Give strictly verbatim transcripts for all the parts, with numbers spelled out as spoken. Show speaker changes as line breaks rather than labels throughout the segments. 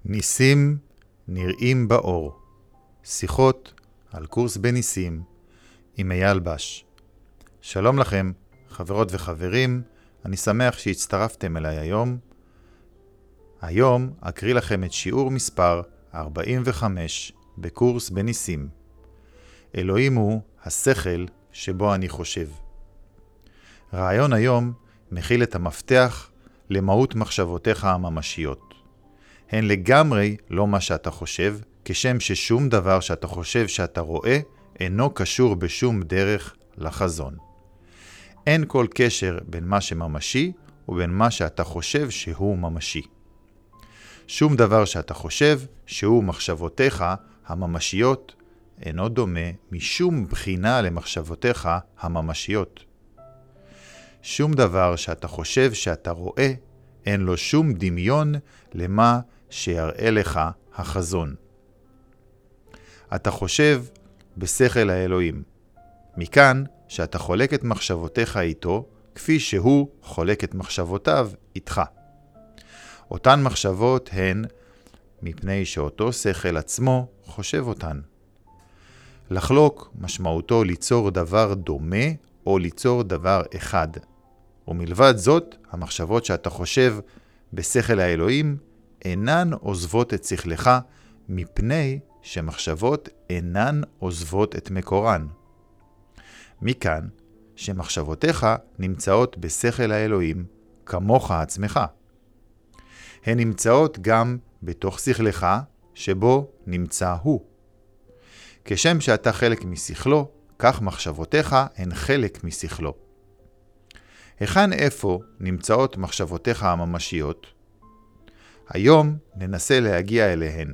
ניסים נראים באור. שיחות על קורס בניסים עם אייל בש. שלום לכם, חברות וחברים, אני שמח שהצטרפתם אליי היום. היום אקריא לכם את שיעור מספר ארבעים וחמש בקורס בניסים. אלוהים הוא השכל שבו אני חושב. רעיון היום מכיל את המפתח למהות מחשבותיך הממשיות. הן לגמרי לא מה שאתה חושב, כשם ששום דבר שאתה חושב שאתה רואה אינו קשור בשום דרך לחזון. אין כל קשר בין מה שממשי ובין מה שאתה חושב שהוא ממשי. שום דבר שאתה חושב שהוא מחשבותיך הממשיות אינו דומה משום בחינה למחשבותיך הממשיות. שום דבר שאתה חושב שאתה רואה אין לו שום דמיון למה שיראה לך החזון. אתה חושב בשכל האלוהים. מכאן שאתה חולק את מחשבותיך איתו, כפי שהוא חולק את מחשבותיו איתך. אותן מחשבות הן מפני שאותו שכל עצמו חושב אותן. לחלוק משמעותו ליצור דבר דומה או ליצור דבר אחד. ומלבד זאת, המחשבות שאתה חושב בשכל האלוהים אינן עוזבות את שכלך, מפני שמחשבות אינן עוזבות את מקורן. מכאן שמחשבותיך נמצאות בשכל האלוהים כמוך עצמך. הן נמצאות גם בתוך שכלך שבו נמצא הוא. כשם שאתה חלק משכלו, כך מחשבותיך הן חלק משכלו. היכן איפה נמצאות מחשבותיך הממשיות? היום ננסה להגיע אליהן.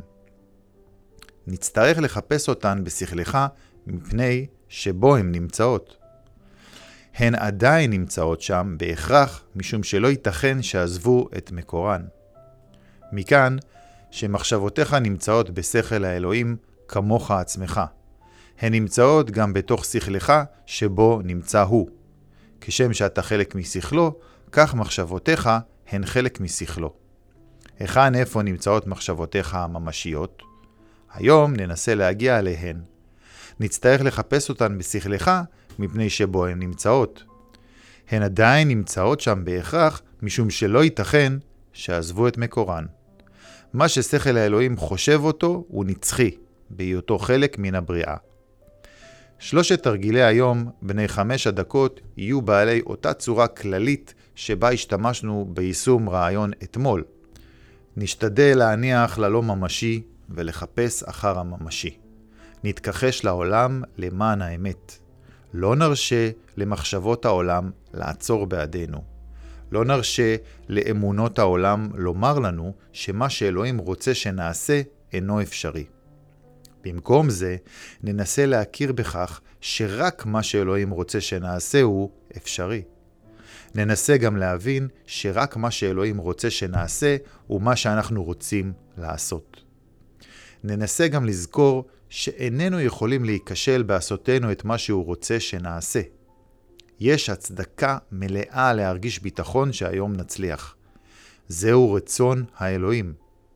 נצטרך לחפש אותן בשכלך מפני שבו הן נמצאות. הן עדיין נמצאות שם בהכרח משום שלא ייתכן שעזבו את מקורן. מכאן שמחשבותיך נמצאות בשכל האלוהים כמוך עצמך. הן נמצאות גם בתוך שכלך שבו נמצא הוא. כשם שאתה חלק משכלו, כך מחשבותיך הן חלק משכלו. היכן איפה נמצאות מחשבותיך הממשיות? היום ננסה להגיע אליהן. נצטרך לחפש אותן בשכלך מפני שבו הן נמצאות. הן עדיין נמצאות שם בהכרח משום שלא ייתכן שעזבו את מקורן. מה ששכל האלוהים חושב אותו הוא נצחי, בהיותו חלק מן הבריאה. שלושת תרגילי היום, בני חמש הדקות, יהיו בעלי אותה צורה כללית שבה השתמשנו ביישום רעיון אתמול. נשתדל להניח ללא ממשי ולחפש אחר הממשי. נתכחש לעולם למען האמת. לא נרשה למחשבות העולם לעצור בעדינו. לא נרשה לאמונות העולם לומר לנו שמה שאלוהים רוצה שנעשה אינו אפשרי. במקום זה, ננסה להכיר בכך שרק מה שאלוהים רוצה שנעשה הוא אפשרי. ננסה גם להבין שרק מה שאלוהים רוצה שנעשה הוא מה שאנחנו רוצים לעשות. ננסה גם לזכור שאיננו יכולים להיכשל בעשותנו את מה שהוא רוצה שנעשה. יש הצדקה מלאה להרגיש ביטחון שהיום נצליח. זהו רצון האלוהים.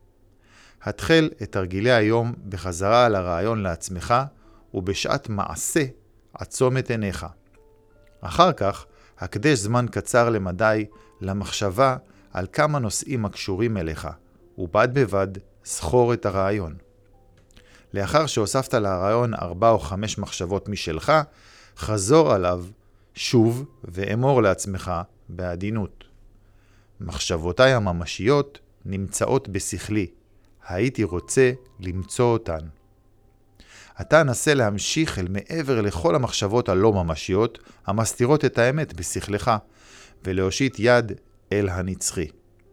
התחל את תרגילי היום בחזרה על הרעיון לעצמך, ובשעת מעשה עצום את עיניך. אחר כך, הקדש זמן קצר למדי למחשבה על כמה נושאים הקשורים אליך, ובד בבד זכור את הרעיון. לאחר שהוספת לרעיון ארבע או חמש מחשבות משלך, חזור עליו שוב ואמור לעצמך בעדינות. מחשבותיי הממשיות נמצאות בשכלי. הייתי רוצה למצוא אותן. אתה נסה להמשיך אל מעבר לכל המחשבות הלא ממשיות המסתירות את האמת בשכלך, ולהושיט יד אל הנצחי.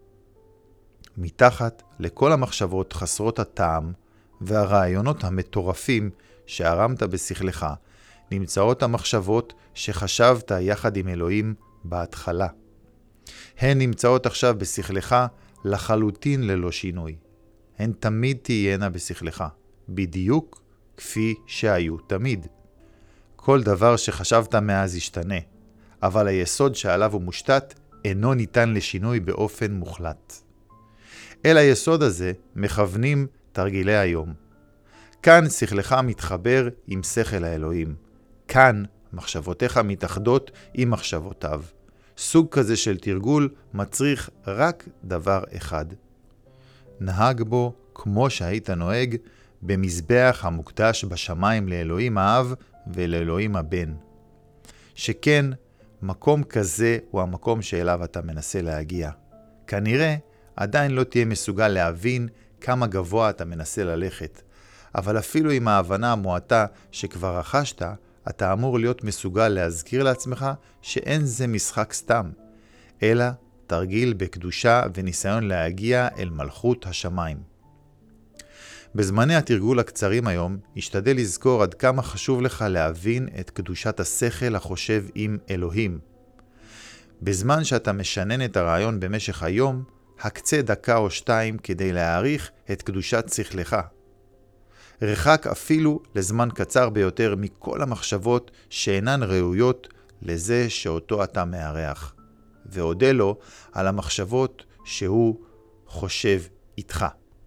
מתחת לכל המחשבות חסרות הטעם והרעיונות המטורפים שהרמת בשכלך, נמצאות המחשבות שחשבת יחד עם אלוהים בהתחלה. הן נמצאות עכשיו בשכלך לחלוטין ללא שינוי. הן תמיד תהיינה בשכלך, בדיוק כפי שהיו תמיד. כל דבר שחשבת מאז ישתנה, אבל היסוד שעליו הוא מושתת אינו ניתן לשינוי באופן מוחלט. אל היסוד הזה מכוונים תרגילי היום. כאן שכלך מתחבר עם שכל האלוהים. כאן מחשבותיך מתאחדות עם מחשבותיו. סוג כזה של תרגול מצריך רק דבר אחד. נהג בו כמו שהיית נוהג במזבח המוקדש בשמיים לאלוהים האב ולאלוהים הבן. שכן, מקום כזה הוא המקום שאליו אתה מנסה להגיע. כנראה עדיין לא תהיה מסוגל להבין כמה גבוה אתה מנסה ללכת. אבל אפילו עם ההבנה המועטה שכבר רכשת, אתה אמור להיות מסוגל להזכיר לעצמך שאין זה משחק סתם, אלא תרגיל בקדושה וניסיון להגיע אל מלכות השמיים. בזמני התרגול הקצרים היום, השתדל לזכור עד כמה חשוב לך להבין את קדושת השכל החושב עם אלוהים. בזמן שאתה משנן את הרעיון במשך היום, הקצה דקה או שתיים כדי להעריך את קדושת שכלך. רחק אפילו לזמן קצר ביותר מכל המחשבות שאינן ראויות לזה שאותו אתה מערך, והודה לו על המחשבות שהוא חושב איתך.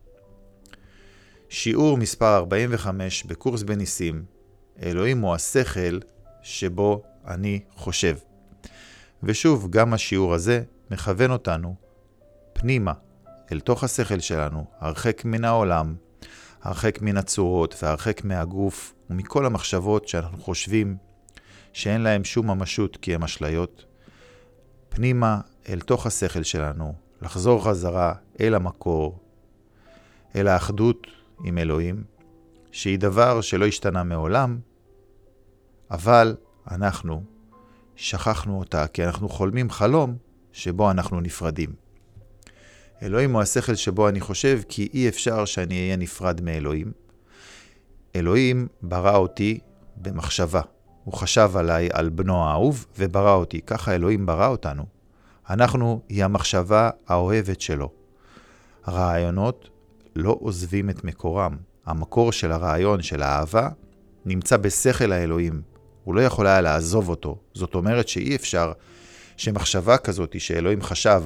שיעור מספר ארבעים וחמש בקורס בניסים, אלוהים הוא השכל שבו אני חושב. ושוב, גם השיעור הזה מכוון אותנו פנימה, אל תוך השכל שלנו, הרחק מן העולם, הרחק מן הצורות והרחק מהגוף ומכל המחשבות שאנחנו חושבים שאין להם שום ממשות כי הם אשליות. פנימה אל תוך השכל שלנו, לחזור חזרה אל המקור, אל האחדות עם אלוהים, שהיא דבר שלא השתנה מעולם, אבל אנחנו שכחנו אותה כי אנחנו חולמים חלום שבו אנחנו נפרדים. אלוהים הוא השכל שבו אני חושב כי אי אפשר שאני אהיה נפרד מאלוהים. אלוהים ברא אותי במחשבה. הוא חשב עליי, על בנו האהוב, וברא אותי. ככה אלוהים ברא אותנו. אנחנו היא המחשבה האוהבת שלו. הרעיונות לא עוזבים את מקורם. המקור של הרעיון, של האהבה, נמצא בשכל האלוהים. הוא לא יכול היה לעזוב אותו. זאת אומרת שאי אפשר שמחשבה כזאת שאלוהים חשב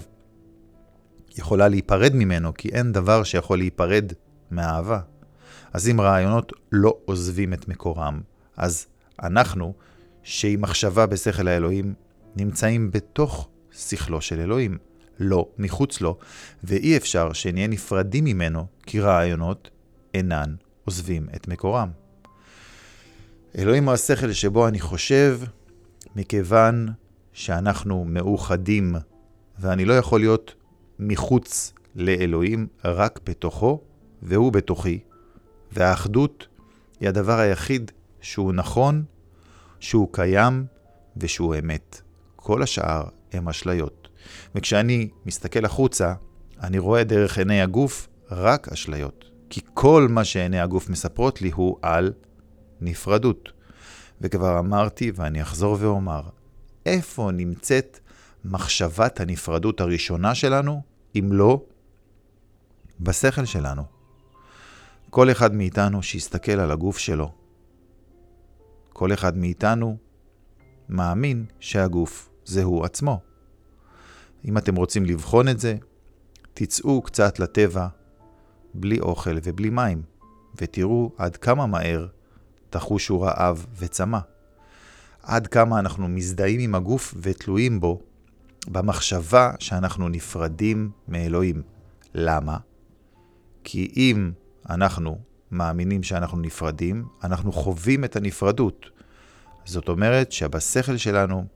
יכולה להיפרד ממנו, כי אין דבר שיכול להיפרד מהאהבה. אז אם רעיונות לא עוזבים את מקורם, אז אנחנו, שהיא מחשבה בשכל האלוהים, נמצאים בתוך שכלו של אלוהים, לא מחוץ לו, ואי אפשר שנהיה נפרדים ממנו, כי רעיונות אינן עוזבים את מקורם. אלוהים הוא השכל שבו אני חושב, מכיוון שאנחנו מאוחדים, ואני לא יכול להיות מחוץ לאלוהים, רק בתוכו, והוא בתוכי. והאחדות היא הדבר היחיד שהוא נכון, שהוא קיים ושהוא אמת. כל השאר הם אשליות. וכשאני מסתכל החוצה, אני רואה דרך עיני הגוף רק אשליות. כי כל מה שעיני הגוף מספרות לי הוא על נפרדות. וכבר אמרתי ואני אחזור ואומר, איפה נמצאת מחשבת הנפרדות הראשונה שלנו, אם לא בשכל שלנו? כל אחד מאיתנו שיסתכל על הגוף שלו, כל אחד מאיתנו מאמין שהגוף זהו עצמו. אם אתם רוצים לבחון את זה, תצאו קצת לטבע, בלי אוכל ובלי מים, ותראו עד כמה מהר תחושו רעב וצמא. עד כמה אנחנו מזדהים עם הגוף ותלויים בו, במחשבה שאנחנו נפרדים מאלוהים. למה? כי אם אנחנו מאמינים שאנחנו נפרדים, אנחנו חווים את הנפרדות. זאת אומרת שבשכל שלנו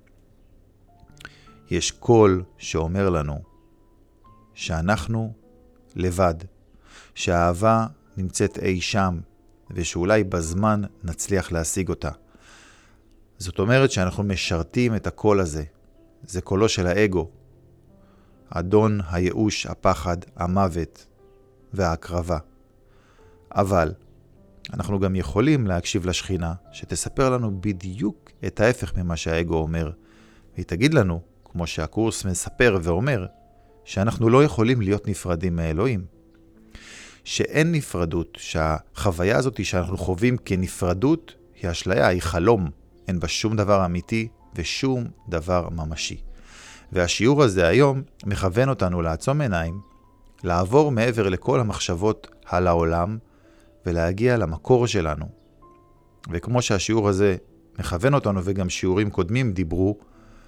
יש קול שאומר לנו שאנחנו לבד, שהאהבה נמצאת אי שם, ושאולי בזמן נצליח להשיג אותה. זאת אומרת שאנחנו משרתים את הקול הזה. זה קולו של האגו, אדון הייאוש, הפחד, המוות וההקרבה. אבל אנחנו גם יכולים להקשיב לשכינה שתספר לנו בדיוק את ההפך ממה שהאגו אומר. והיא תגיד לנו, כמו שהקורס מספר ואומר, שאנחנו לא יכולים להיות נפרדים מאלוהים. שאין נפרדות, שהחוויה הזאת שאנחנו חווים כנפרדות היא אשליה, היא חלום. אין בה שום דבר אמיתי ושום דבר ממשי. והשיעור הזה היום מכוון אותנו לעצום עיניים, לעבור מעבר לכל המחשבות על העולם ולהגיע למקור שלנו. וכמו שהשיעור הזה מכוון אותנו וגם שיעורים קודמים דיברו,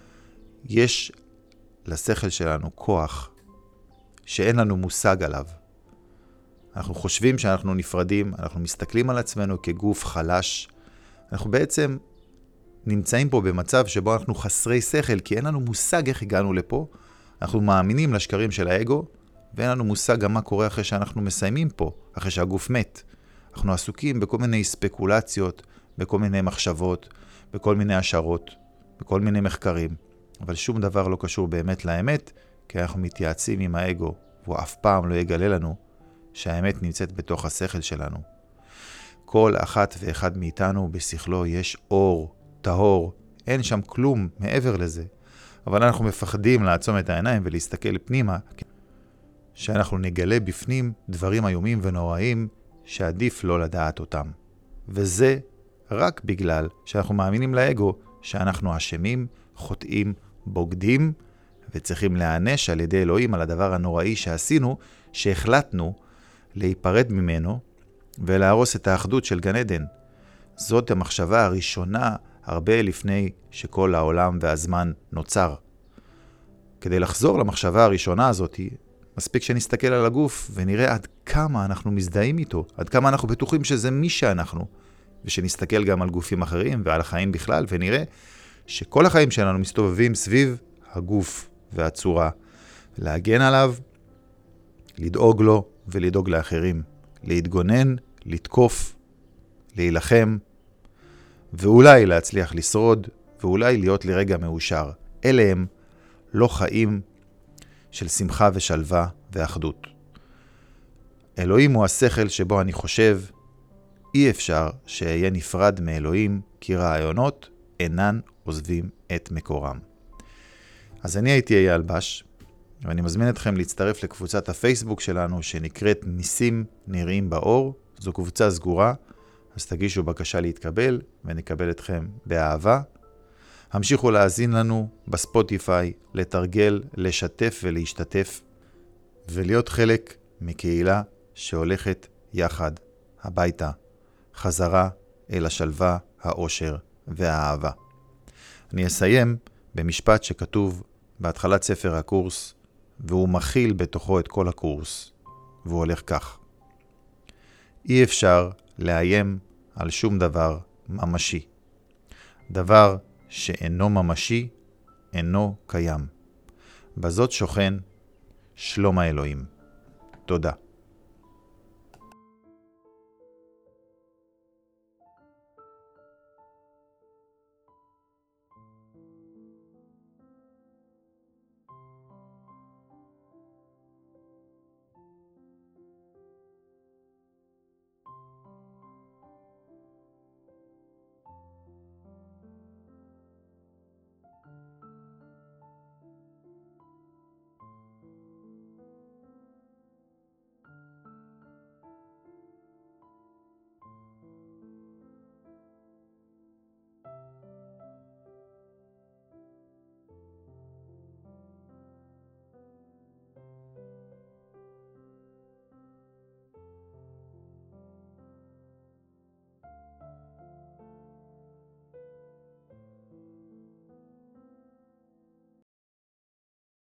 יש לשכל שלנו כוח שאין לנו מושג עליו. אנחנו חושבים שאנחנו נפרדים, אנחנו מסתכלים על עצמנו כגוף חלש. אנחנו בעצם נמצאים פה במצב שבו אנחנו חסרי שכל, כי אין לנו מושג איך הגענו לפה. אנחנו מאמינים לשקרים של האגו, ואין לנו מושג גם מה קורה אחרי שאנחנו מסיימים פה, אחרי שהגוף מת. אנחנו עסוקים בכל מיני ספקולציות, בכל מיני מחשבות, בכל מיני השערות, בכל מיני מחקרים. אבל שום דבר לא קשור באמת לאמת, כי אנחנו מתייעצים עם האגו, והוא אף פעם לא יגלה לנו שהאמת נמצאת בתוך השכל שלנו. כל אחת ואחד מאיתנו בשכלו יש אור, טהור, אין שם כלום מעבר לזה. אבל אנחנו מפחדים לעצום את העיניים ולהסתכל פנימה, שאנחנו נגלה בפנים דברים איומים ונוראים שעדיף לא לדעת אותם. וזה רק בגלל שאנחנו מאמינים לאגו שאנחנו אשמים, חוטאים, בוגדים, וצריכים להיענש על ידי אלוהים על הדבר הנוראי שעשינו, שהחלטנו להיפרד ממנו ולהרוס את האחדות של גן עדן. זאת המחשבה הראשונה הרבה לפני שכל העולם והזמן נוצר. כדי לחזור למחשבה הראשונה הזאת, מספיק שנסתכל על הגוף ונראה עד כמה אנחנו מזדהים איתו, עד כמה אנחנו בטוחים שזה מי שאנחנו, ושנסתכל גם על גופים אחרים ועל החיים בכלל, ונראה שכל החיים שלנו מסתובבים סביב הגוף והצורה. להגן עליו, לדאוג לו ולדאוג לאחרים. להתגונן, לתקוף, להילחם, ואולי להצליח לשרוד, ואולי להיות לרגע מאושר. אלה הם לא חיים של שמחה ושלווה ואחדות. אלוהים הוא השכל שבו אני חושב, אי אפשר שיהיה נפרד מאלוהים, כי רעיונות אינן עוזבים את מקורם. אז אני הייתי אייל בש, ואני מזמין אתכם להצטרף לקבוצת הפייסבוק שלנו שנקראת ניסים נראים באור. זו קבוצה סגורה, אז תגישו בקשה להתקבל ונקבל אתכם באהבה. המשיכו להאזין לנו בספוטיפיי, לתרגל, לשתף ולהשתתף, ולהיות חלק מקהילה שהולכת יחד הביתה, חזרה אל השלווה, האושר והאהבה. אני אסיים במשפט שכתוב בהתחלת ספר הקורס, והוא מכיל בתוכו את כל הקורס, והוא הולך כך: אי אפשר לאיים על שום דבר ממשי. דבר שאינו ממשי אינו קיים. בזאת שוכן שלום האלוהים. תודה.